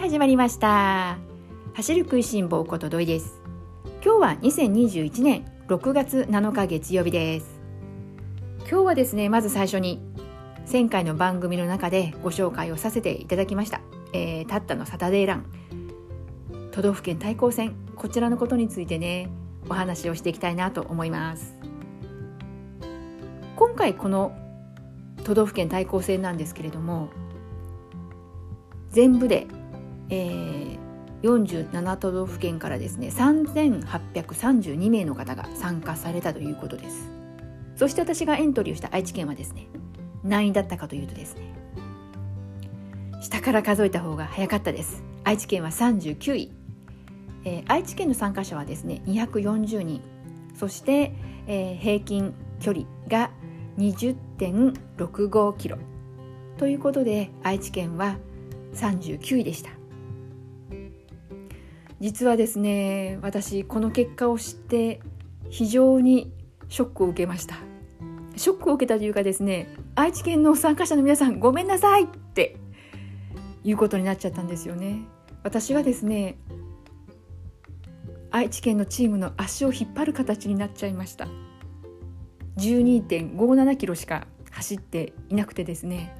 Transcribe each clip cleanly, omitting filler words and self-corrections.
始まりました。走る食いしん坊こと土井です。今日は2021年6月7日月曜日です。今日はですね、まず最初に前回の番組の中でご紹介をさせていただきました、たったのサタデーラン都道府県対抗戦、こちらのことについてね、お話をしていきたいなと思います。今回この都道府県対抗戦なんですけれども、全部で、47都道府県からですね3832名の方が参加されたということです。そして私がエントリーをした愛知県はですね、何位だったかというとですね、下から数えた方が早かったです。愛知県は39位、愛知県の参加者はですね240人、そして、平均距離が 20.65 キロということで、愛知県は39位でした。実はですね、私この結果を知って非常にショックを受けました。ショックを受けたというかですね、愛知県の参加者の皆さんごめんなさいっていうことになっちゃったんですよね。私はですね、愛知県のチームの足を引っ張る形になっちゃいました。 12.57 キロしか走っていなくてですね、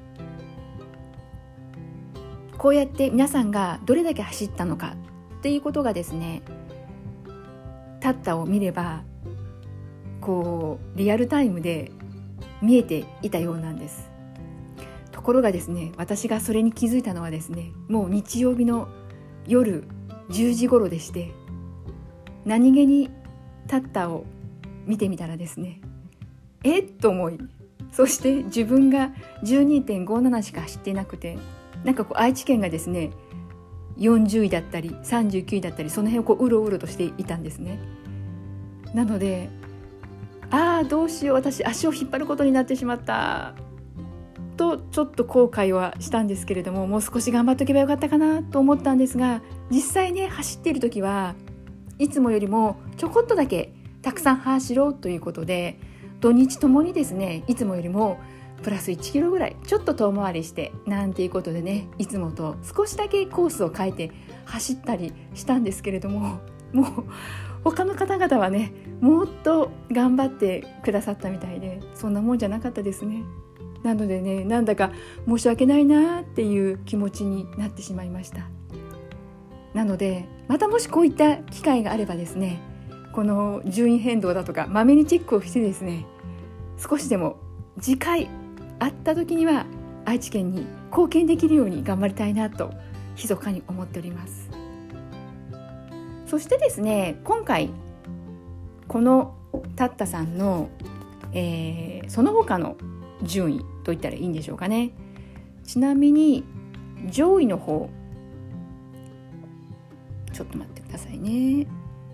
こうやって皆さんがどれだけ走ったのかっていうことがですね、タッタを見ればこうリアルタイムで見えていたようなんです。ところがですね、私がそれに気づいたのはですね、もう日曜日の夜10時頃でして、何気にタッタを見てみたらですね、と思い、そして自分が 12.57 しか走っていなくて、なんかこう愛知県がですね40位だったり39位だったり、その辺をこううろうろとしていたんですね。なので、どうしよう、私足を引っ張ることになってしまったとちょっと後悔はしたんですけれども、もう少し頑張っとけばよかったかなと思ったんですが、実際ね走っている時はいつもよりもちょこっとだけたくさん走ろうということで、土日ともにですねいつもよりもプラス1キロぐらいちょっと遠回りしてなんていうことでね、いつもと少しだけコースを変えて走ったりしたんですけれども、もう他の方々はねもっと頑張ってくださったみたいで、そんなもんじゃなかったですね。なのでね、なんだか申し訳ないなっていう気持ちになってしまいました。なのでまたもしこういった機会があればですね、この順位変動だとかまめにチェックをしてですね、少しでも次回会った時には愛知県に貢献できるように頑張りたいなと密かに思っております。そしてですね、今回このタッタさんの、その他の順位といったらいいんでしょうかね。ちなみに上位の方、ちょっと待ってくださいね。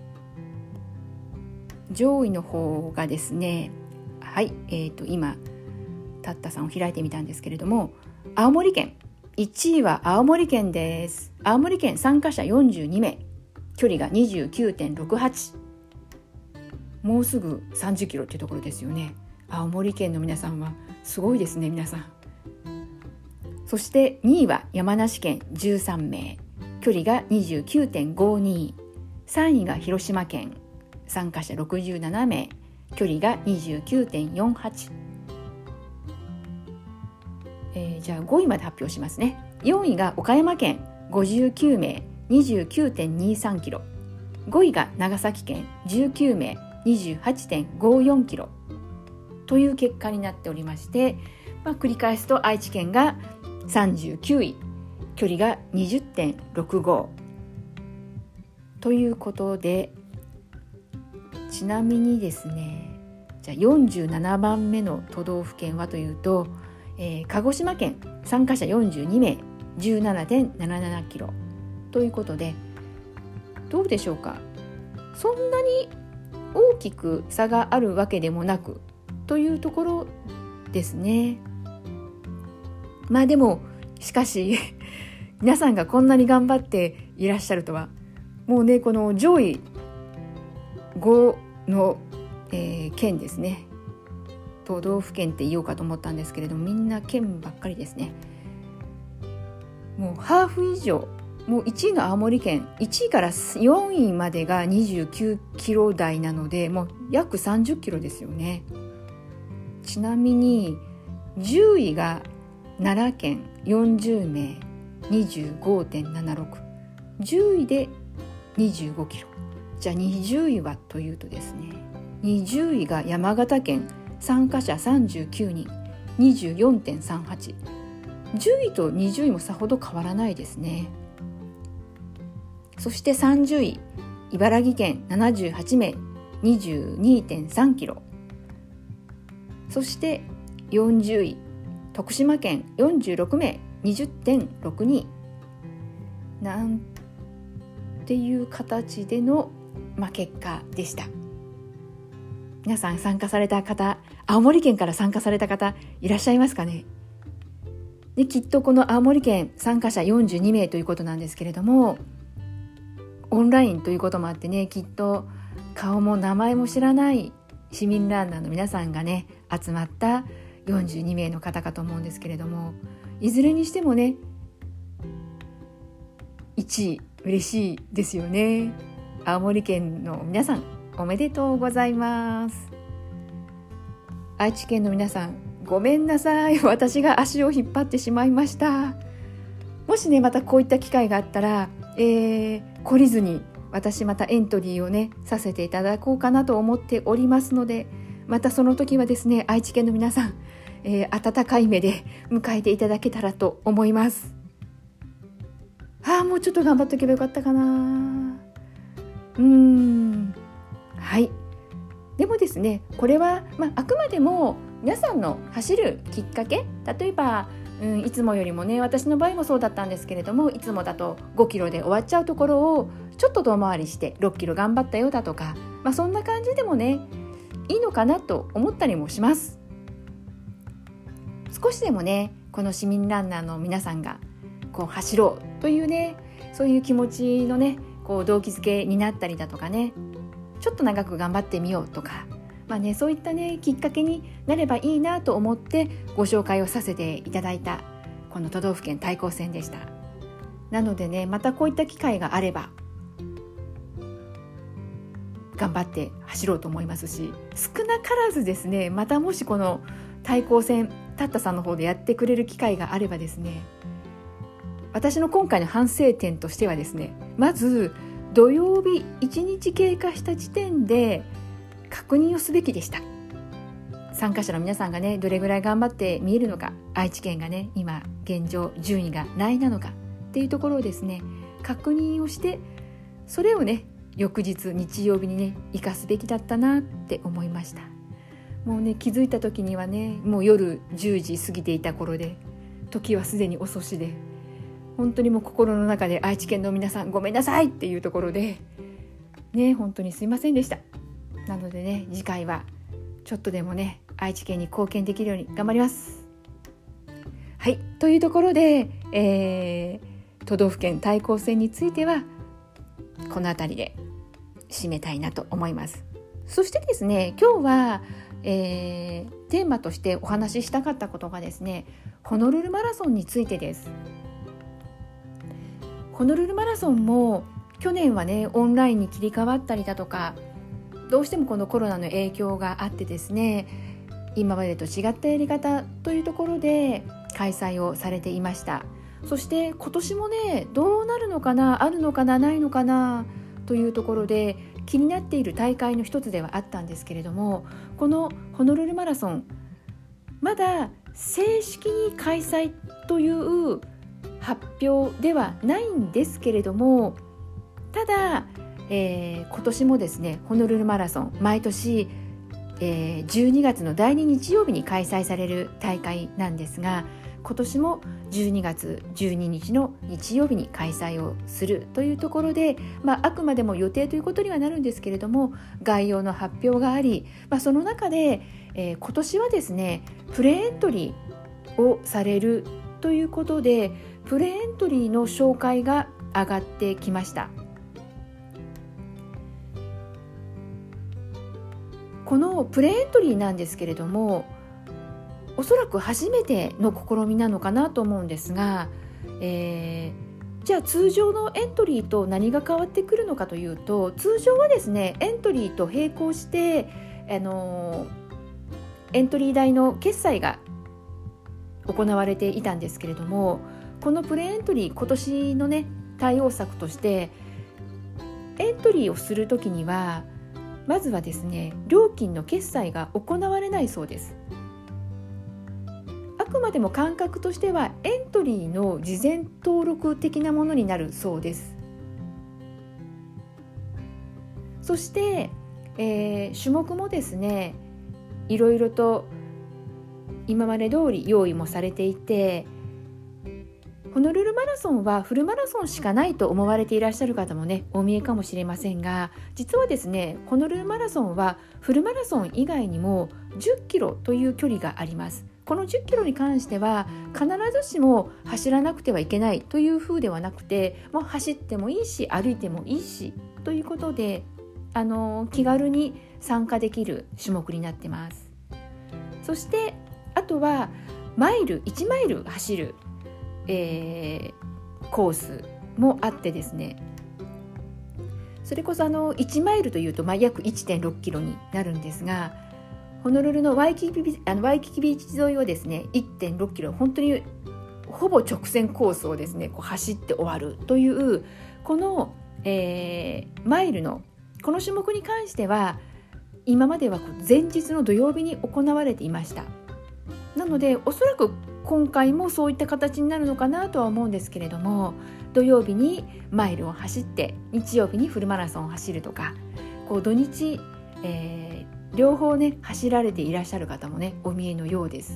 上位の方がですね、はい、今タッタさんを開いてみたんですけれども、青森県1位は青森県です。青森県参加者42名、距離が 29.68、 もうすぐ30キロっていうところですよね。青森県の皆さんはすごいですね、皆さん。そして2位は山梨県13名、距離が 29.52、 3位が広島県参加者67名、距離が 29.48。じゃあ5位まで発表しますね。4位が岡山県59名 29.23 キロ、5位が長崎県19名 28.54 キロという結果になっておりまして、繰り返すと愛知県が39位、距離が 20.65 ということで、ちなみにですね、じゃあ47番目の都道府県はというと、鹿児島県参加者42名 17.77 キロということで、どうでしょうか、そんなに大きく差があるわけでもなくというところですね。でもしかし皆さんがこんなに頑張っていらっしゃるとは、もうねこの上位5の、県ですね、都道府県って言おうかと思ったんですけれども、みんな県ばっかりですね。もうハーフ以上もう1位の青森県、1位から4位までが29キロ台なので、もう約30キロですよね。ちなみに10位が奈良県40名 25.76、 10位で25キロ。じゃあ20位はというとですね、20位が山形県、参加者39人 24.38、 10位と20位もさほど変わらないですね。そして30位茨城県78名 22.3 キロ。そして40位徳島県46名 20.62 なんていう形での、結果でした。皆さん参加された方、青森県から参加された方いらっしゃいますかね。できっとこの青森県参加者42名ということなんですけれども、オンラインということもあってね、きっと顔も名前も知らない市民ランナーの皆さんがね集まった42名の方かと思うんですけれども、いずれにしてもね1位嬉しいですよね。青森県の皆さんおめでとうございます。愛知県の皆さんごめんなさい、私が足を引っ張ってしまいました。もしねまたこういった機会があったら、懲りずに私またエントリーをねさせていただこうかなと思っておりますので、またその時はですね愛知県の皆さん、温かい目で迎えていただけたらと思います。もうちょっと頑張っておけばよかったかな。はい。でもですねこれは、あくまでも皆さんの走るきっかけ、例えばいつもよりもね、私の場合もそうだったんですけれども、いつもだと5キロで終わっちゃうところをちょっと遠回りして6キロ頑張ったよだとか、そんな感じでもねいいのかなと思ったりもします。少しでもねこの市民ランナーの皆さんがこう走ろうというね、そういう気持ちのねこう動機づけになったりだとかね、ちょっと長く頑張ってみようとか、そういったねきっかけになればいいなと思ってご紹介をさせていただいたこの都道府県対抗戦でした。なのでねまたこういった機会があれば頑張って走ろうと思いますし、少なからずですねまたもしこの対抗戦タッタさんの方でやってくれる機会があればですね、私の今回の反省点としてはですね、まず土曜日1日経過した時点で確認をすべきでした。参加者の皆さんがねどれぐらい頑張って見えるのか、愛知県がね今現状順位が何位なのかっていうところをですね確認をして、それをね翌日日曜日にね生かすべきだったなって思いました。もうね気づいた時にはねもう夜10時過ぎていた頃で、時はすでに遅しで、本当にもう心の中で愛知県の皆さんごめんなさいっていうところでね本当にすいませんでした。なのでね次回はちょっとでもね愛知県に貢献できるように頑張ります。はい、というところで、都道府県対抗戦についてはこの辺りで締めたいなと思います。そしてですね今日は、テーマとしてお話ししたかったことがですね、ホノルルマラソンについてです。ホノルルマラソンも去年はねオンラインに切り替わったりだとか、どうしてもこのコロナの影響があってですね、今までと違ったやり方というところで開催をされていました。そして今年もねどうなるのかな、あるのかなないのかなというところで気になっている大会の一つではあったんですけれども、このホノルルマラソンまだ正式に開催という発表ではないんですけれども、ただ、今年もですねホノルルマラソン毎年、12月の第2日曜日に開催される大会なんですが、今年も12月12日の日曜日に開催をするというところで、あくまでも予定ということにはなるんですけれども、概要の発表があり、その中で、今年はですねプレエントリーをされるということで、プレエントリーの紹介が上がってきました。このプレエントリーなんですけれども、おそらく初めての試みなのかなと思うんですが、12 じゃあ通常のエントリーと何が変わってくるのかというと、通常はですねエントリーと並行してエントリー代の決済が行われていたんですけれども、このプレエントリー今年のね対応策として、エントリーをするときにはまずはですね料金の決済が行われないそうです。あくまでも感覚としてはエントリーの事前登録的なものになるそうです。そして、種目もですねいろいろと今まで通り用意もされていて、ホノルルマラソンはフルマラソンしかないと思われていらっしゃる方もねお見えかもしれませんが、実はですねホノルルマラソンはフルマラソン以外にも10キロという距離があります。この10キロに関しては必ずしも走らなくてはいけないという風ではなくて、もう走ってもいいし歩いてもいいしということで、気軽に参加できる種目になってます。そしてあとは1マイル走る、コースもあってですね、それこそ1マイルというと、約 1.6 キロになるんですが、ホノルルのワイキキビーチ沿いをですね 1.6 キロ、本当にほぼ直線コースをですねこう走って終わるというこの、マイルのこの種目に関しては今までは前日の土曜日に行われていました。なのでおそらく今回もそういった形になるのかなとは思うんですけれども、土曜日にマイルを走って日曜日にフルマラソンを走るとか、こう土日、両方ね走られていらっしゃる方もねお見えのようです。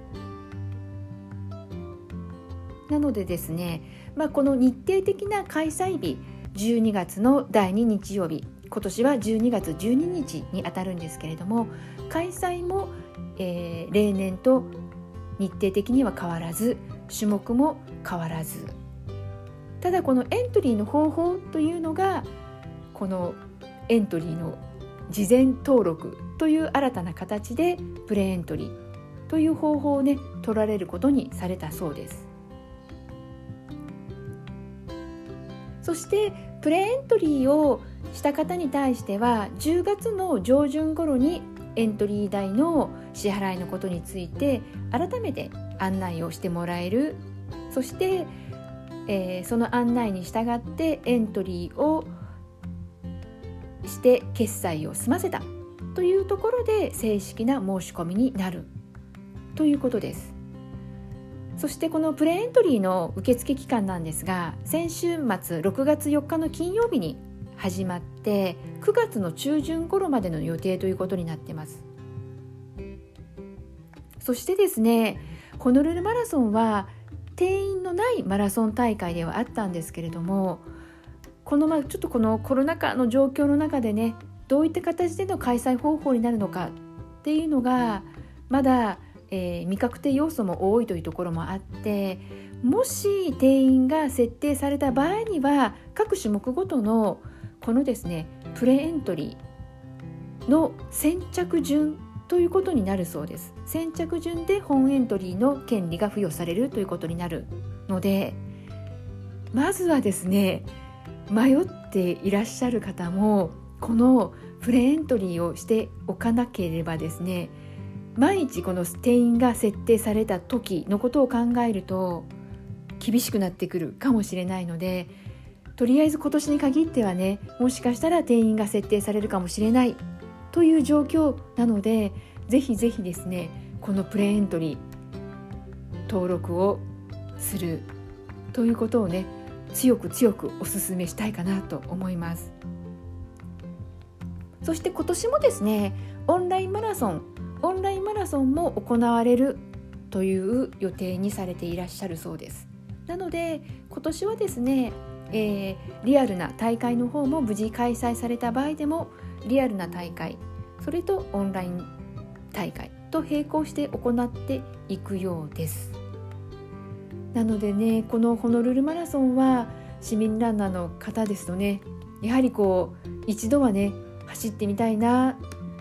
なのでですね、この日程的な開催日12月の第2日曜日、今年は12月12日にあたるんですけれども、開催も、例年と日程的には変わらず、種目も変わらず、ただこのエントリーの方法というのが、このエントリーの事前登録という新たな形でプレエントリーという方法をね取られることにされたそうです。そしてプレエントリーをした方に対しては10月の上旬頃にエントリー代の支払いのことについて改めて案内をしてもらえる。そして、その案内に従ってエントリーをして決済を済ませたというところで正式な申し込みになるということです。そしてこのプレエントリーの受付期間なんですが、先週末6月4日の金曜日に始まって9月の中旬頃までの予定ということになっています。そしてですね、ホノルルマラソンは定員のないマラソン大会ではあったんですけれども、ちょっとこのコロナ禍の状況の中でね、どういった形での開催方法になるのかっていうのがまだ、未確定要素も多いというところもあって、もし定員が設定された場合には各種目ごとのこのですねプレエントリーの先着順ということになるそうです。先着順で本エントリーの権利が付与されるということになるので、まずはですね迷っていらっしゃる方もこのプレエントリーをしておかなければですね、毎日この定員が設定された時のことを考えると厳しくなってくるかもしれないので、とりあえず今年に限ってはね、もしかしたら定員が設定されるかもしれないという状況なので、ぜひぜひですねこのプレエントリー登録をするということをね強くお勧めしたいかなと思います。そして今年もですねオンラインマラソンも行われるという予定にされていらっしゃるそうです。なので今年はですね、リアルな大会の方も無事開催された場合でも、リアルな大会それとオンライン大会と並行して行っていくようです。なのでね、このホノルルマラソンは市民ランナーの方ですとね、やはり一度はね走ってみたいな、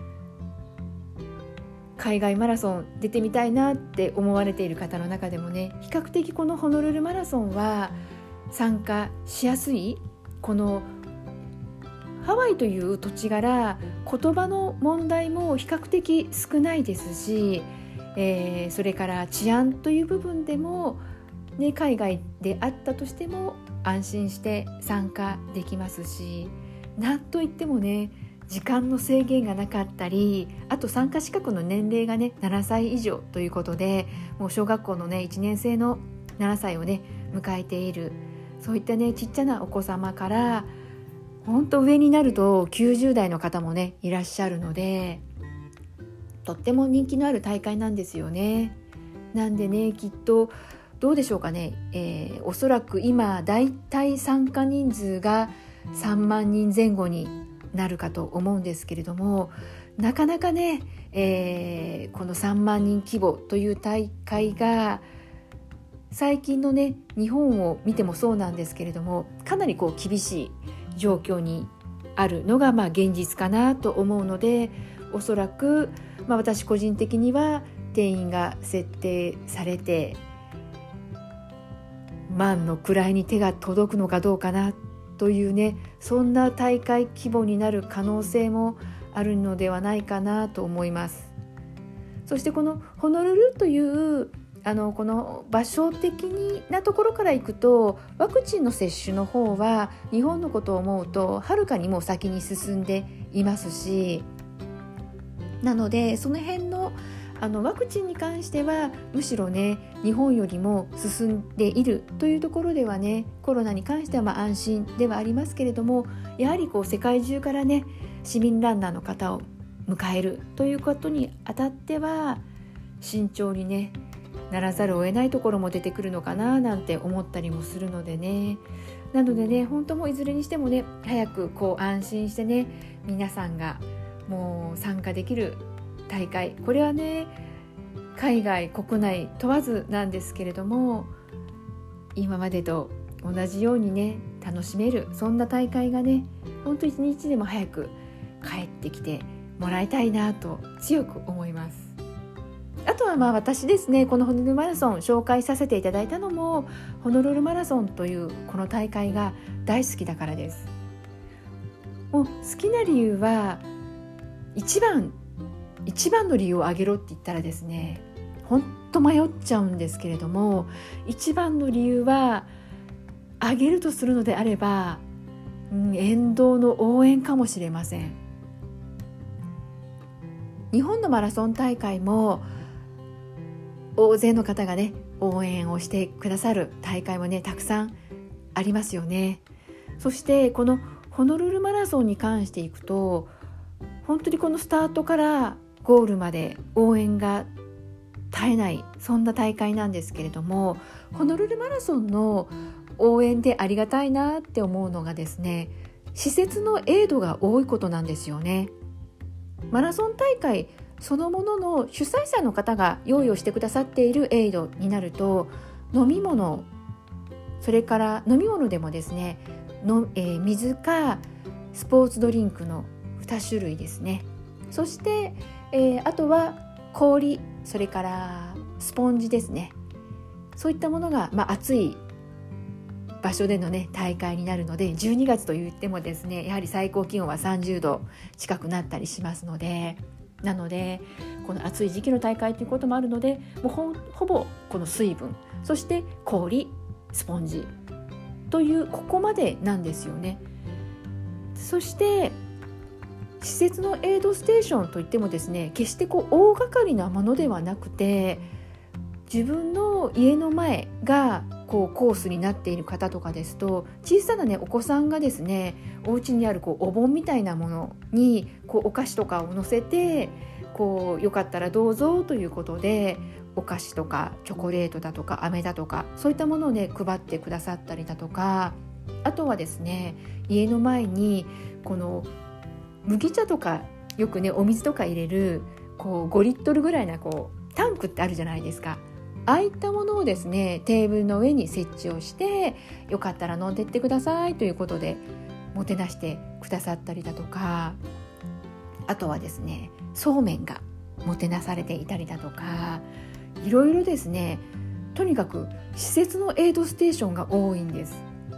海外マラソン出てみたいなって思われている方の中でもね、比較的このホノルルマラソンは参加しやすい。このハワイという土地柄、言葉の問題も比較的少ないですし、それから治安という部分でも、ね、海外であったとしても安心して参加できますし、なんといってもね、時間の制限がなかったり、あと参加資格の年齢がね7歳以上ということで、もう小学校のね1年生の7歳をね迎えている、そういったねちっちゃなお子様から本当上になると90代の方もねいらっしゃるので、とっても人気のある大会なんですよね。なんでね、きっとどうでしょうかね、おそらく今だいたい参加人数が3万人前後になるかと思うんですけれども、なかなかね、この3万人規模という大会が最近のね日本を見てもそうなんですけれども、かなりこう厳しい状況にあるのが現実かなと思うので、おそらく、私個人的には定員が設定されて万の位に手が届くのかどうかなというね、そんな大会規模になる可能性もあるのではないかなと思います。そしてこのホノルルというこの場所的なところからいくと、ワクチンの接種の方は日本のことを思うとはるかにもう先に進んでいますし、なのでその辺のワクチンに関してはむしろね日本よりも進んでいるというところではね、コロナに関しては安心ではありますけれども、やはりこう世界中からね市民ランナーの方を迎えるということにあたっては慎重にねならざるを得ないところも出てくるのかななんて思ったりもするのでね。なのでね、本当もいずれにしてもね、早くこう安心してね皆さんがもう参加できる大会、これはね海外国内問わずなんですけれども、今までと同じようにね楽しめる、そんな大会がね本当一日でも早く帰ってきてもらいたいなと強く思います。あとは私ですね、このホノルルマラソン紹介させていただいたのも、ホノルルマラソンというこの大会が大好きだからです。もう好きな理由は一番の理由を挙げろって言ったらですね、本当迷っちゃうんですけれども、一番の理由は挙げるとするのであれば、沿道の応援かもしれません。日本のマラソン大会も大勢の方がね応援をしてくださる大会もねたくさんありますよね。そしてこのホノルルマラソンに関していくと、本当にこのスタートからゴールまで応援が絶えない、そんな大会なんですけれども、ホノルルマラソンの応援でありがたいなって思うのがですね、施設のエイドが多いことなんですよね。マラソン大会そのものの主催者の方が用意をしてくださっているエイドになると、飲み物、それから飲み物でもですね水かスポーツドリンクの2種類ですね。そして、あとは氷、それからスポンジですね。そういったものが、暑い場所でのね大会になるので、12月といってもですねやはり最高気温は30度近くなったりしますので、なのでこの暑い時期の大会ということもあるので、もうほぼこの水分、そして氷、スポンジというここまでなんですよね。そして施設のエイドステーションといってもですね、決してこう大掛かりなものではなくて、自分の家の前がこうコースになっている方とかですと、小さなねお子さんがですねお家にあるこうお盆みたいなものにこうお菓子とかを乗せて、こうよかったらどうぞということでお菓子とかチョコレートだとか飴だとかそういったものをね配ってくださったりだとか、あとはですね家の前にこの麦茶とかよくねお水とか入れるこう5リットルぐらいなこうタンクってあるじゃないですか。ああいったものをですねテーブルの上に設置をして、よかったら飲んでってくださいということでもてなしてくださったりだとか、あとはですねそうめんがもてなされていたりだとか、いろいろですね、とにかく施設のエイドステーションが多いんです。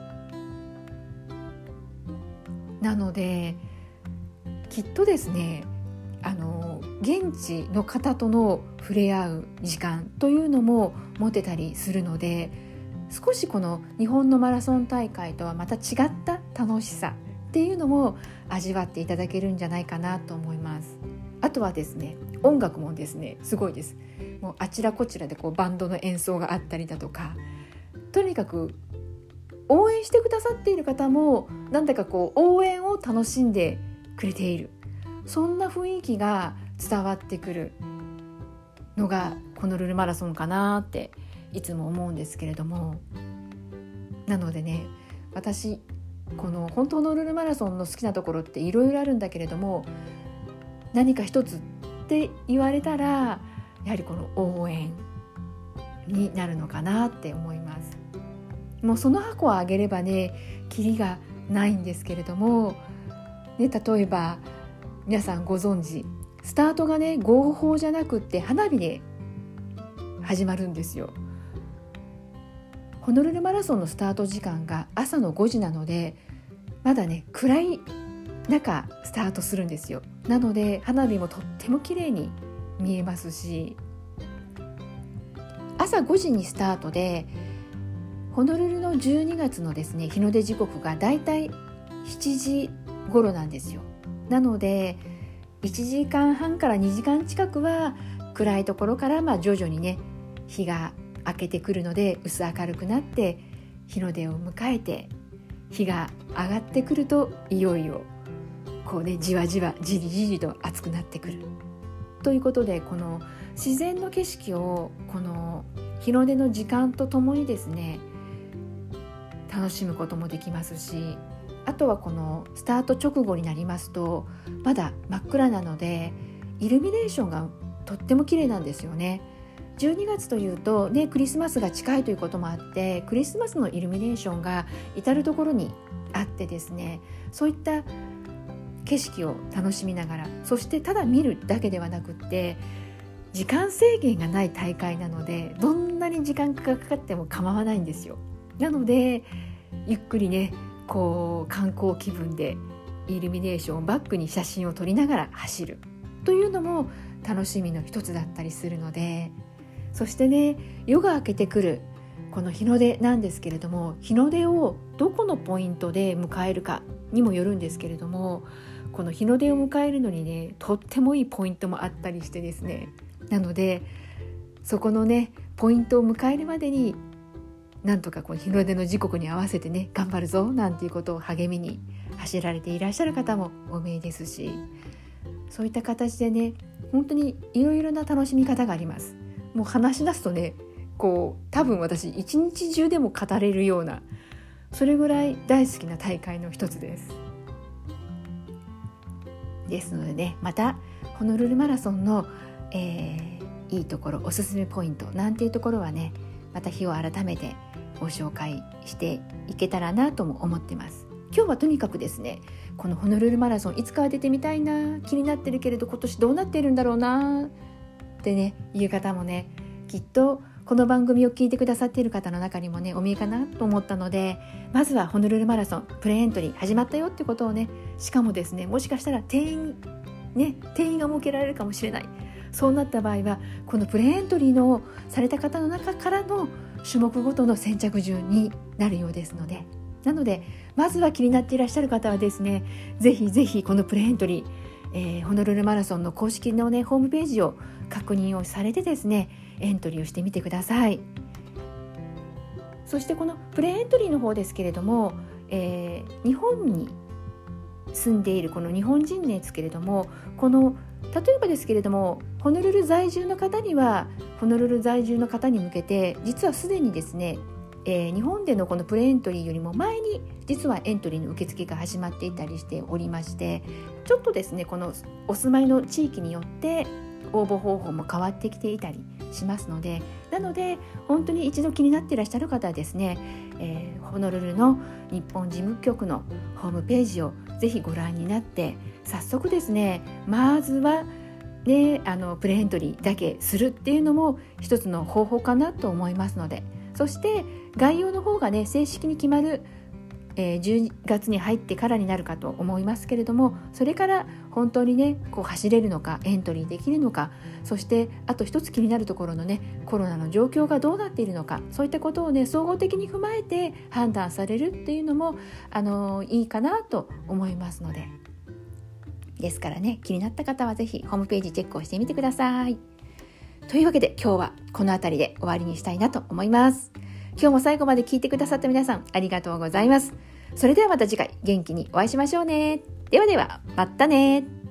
なのできっとですね現地の方との触れ合う時間というのも持てたりするので、少しこの日本のマラソン大会とはまた違った楽しさっていうのも味わっていただけるんじゃないかなと思います。あとはですね、音楽もですねすごいです。もうあちらこちらでバンドの演奏があったりだとか、とにかく応援してくださっている方もなんだか応援を楽しんでくれている、そんな雰囲気が伝わってくるのがホノルルマラソンかなっていつも思うんですけれども、なのでね、私この本当ホノルルマラソンの好きなところっていろいろあるんだけれども、何か一つって言われたらやはりこの応援になるのかなって思います。もうその箱をあげればねキリがないんですけれども、ね、例えば皆さんご存知、スタートがね号砲じゃなくって花火で始まるんですよ。ホノルルマラソンのスタート時間が朝の5時なので、まだね暗い中スタートするんですよ。なので花火もとっても綺麗に見えますし、朝5時にスタートでホノルルの12月のですね日の出時刻がだいたい7時頃なんですよ。なので1時間半から2時間近くは暗いところから徐々にね日が明けてくるので、薄明るくなって日の出を迎えて、日が上がってくるといよいよじわじわじりじりと暑くなってくるということで、この自然の景色をこの日の出の時間とともにですね楽しむこともできますし、あとはこのスタート直後になりますとまだ真っ暗なのでイルミネーションがとっても綺麗なんですよね。12月というとねクリスマスが近いということもあって、クリスマスのイルミネーションが至るところにあってですね、そういった景色を楽しみながら、そしてただ見るだけではなくって時間制限がない大会なので、どんなに時間がかかっても構わないんですよ。なのでゆっくりね観光気分でイルミネーションをバックに写真を撮りながら走るというのも楽しみの一つだったりするので、そしてね夜が明けてくるこの日の出なんですけれども、日の出をどこのポイントで迎えるかにもよるんですけれども、この日の出を迎えるのにねとってもいいポイントもあったりしてですね、なのでそこのねポイントを迎えるまでになんとかこの日の出の時刻に合わせてね頑張るぞなんていうことを励みに走られていらっしゃる方も多いですし、そういった形でね本当にいろいろな楽しみ方があります。もう話し出すとね多分私一日中でも語れるような、それぐらい大好きな大会の一つですのでね、またホノルルマラソンの、いいところおすすめポイントなんていうところはねまた日を改めてご紹介していけたらなとも思ってます。今日はとにかくですねこのホノルルマラソンいつかは出てみたいな、気になってるけれど今年どうなっているんだろうなってねいう方もねきっとこの番組を聞いてくださっている方の中にもねお見えかなと思ったので、まずはホノルルマラソンプレエントリー始まったよってことをね、しかもですねもしかしたら定員が設けられるかもしれない、そうなった場合はこのプレエントリーのされた方の中からの種目ごとの先着順になるようですので、なのでまずは気になっていらっしゃる方はですねぜひぜひこのプレエントリー、ホノルルマラソンの公式のねホームページを確認をされてですねエントリーをしてみてください。そしてこのプレエントリーの方ですけれども、日本に住んでいるこの日本人ですけれども、この例えばですけれどもホノルル在住の方にはホノルル在住の方に向けて実はすでにですね、日本でのこのプレエントリーよりも前に実はエントリーの受付が始まっていたりしておりまして、ちょっとですねこのお住まいの地域によって応募方法も変わってきていたりしますので、なので本当に一度気になっていらっしゃる方はですね、ホノルルの日本事務局のホームページをぜひご覧になって早速ですねまずはねプレエントリーだけするっていうのも一つの方法かなと思いますので、そして概要の方がね正式に決まる 10月に入ってからになるかと思いますけれども、それから本当にねこう走れるのか、エントリーできるのか、そしてあと一つ気になるところのねコロナの状況がどうなっているのか、そういったことをね総合的に踏まえて判断されるっていうのもいいかなと思いますので、ですからね気になった方はぜひホームページチェックをしてみてください。というわけで今日はこの辺りで終わりにしたいなと思います。今日も最後まで聞いてくださった皆さんありがとうございます。それではまた次回元気にお会いしましょうね。ではではまたね。